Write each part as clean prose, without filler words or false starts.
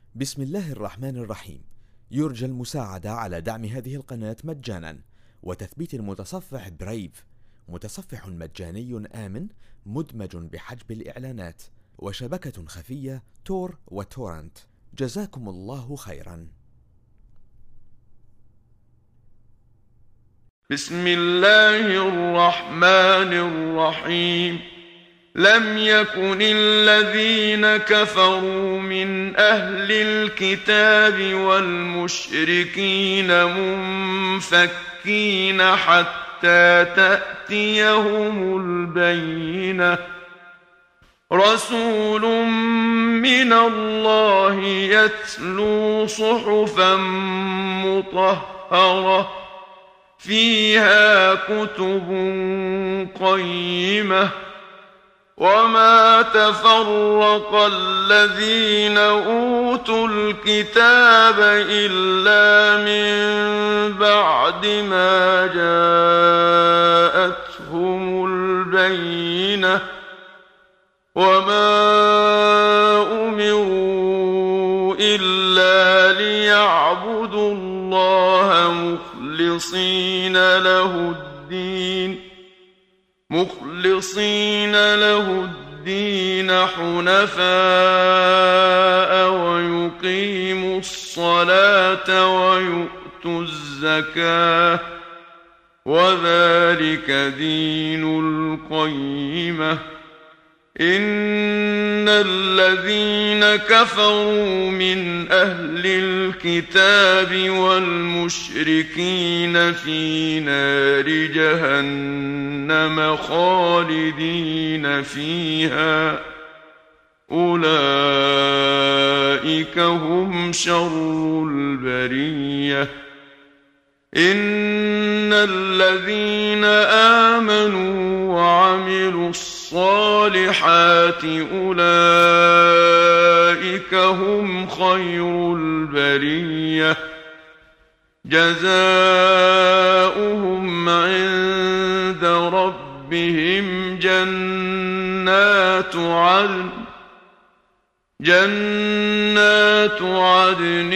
بسم الله الرحمن الرحيم. يرجى المساعدة على دعم هذه القناة مجانا وتثبيت المتصفح برايف، متصفح مجاني آمن مدمج بحجب الإعلانات وشبكة خفية تور وتورنت. جزاكم الله خيرا. بسم الله الرحمن الرحيم. لم يكن الذين كفروا من أهل الكتاب والمشركين منفكين حتى تأتيهم البينة. رسول من الله يتلو صحفا مطهرة فيها كتب قيمة. وما تفرق الذين أوتوا الكتاب إلا من بعد ما جاءتهم البينة. وما أمروا إلا ليعبدوا الله مخلصين له الدين حنفاء ويقيموا الصلاة ويؤتوا الزكاة وذلك دين القيمة. إن الذين كفروا من أهل الكتاب والمشركين في نار جهنم خالدين فيها أولئك هم شر البرية. إن الذين آمنوا وعملوا الصالحات أولئك هم خير البرية. جزاؤهم عند ربهم جنات عدن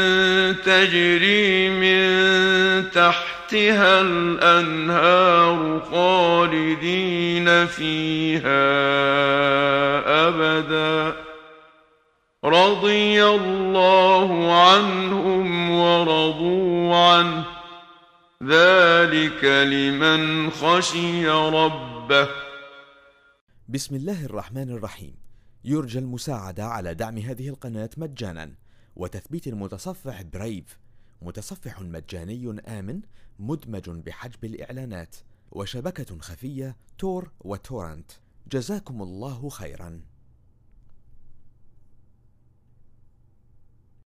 تجري من تحتها الأنهار خالدين فيها أبدا. رضي الله عنهم ورضوا عنه ذلك لمن خشي ربه. بسم الله الرحمن الرحيم. يرجى المساعدة على دعم هذه القناة مجانا وتثبيت المتصفح برايف، متصفح مجاني آمن مدمج بحجب الإعلانات وشبكة خفية تور وتورنت. جزاكم الله خيرا.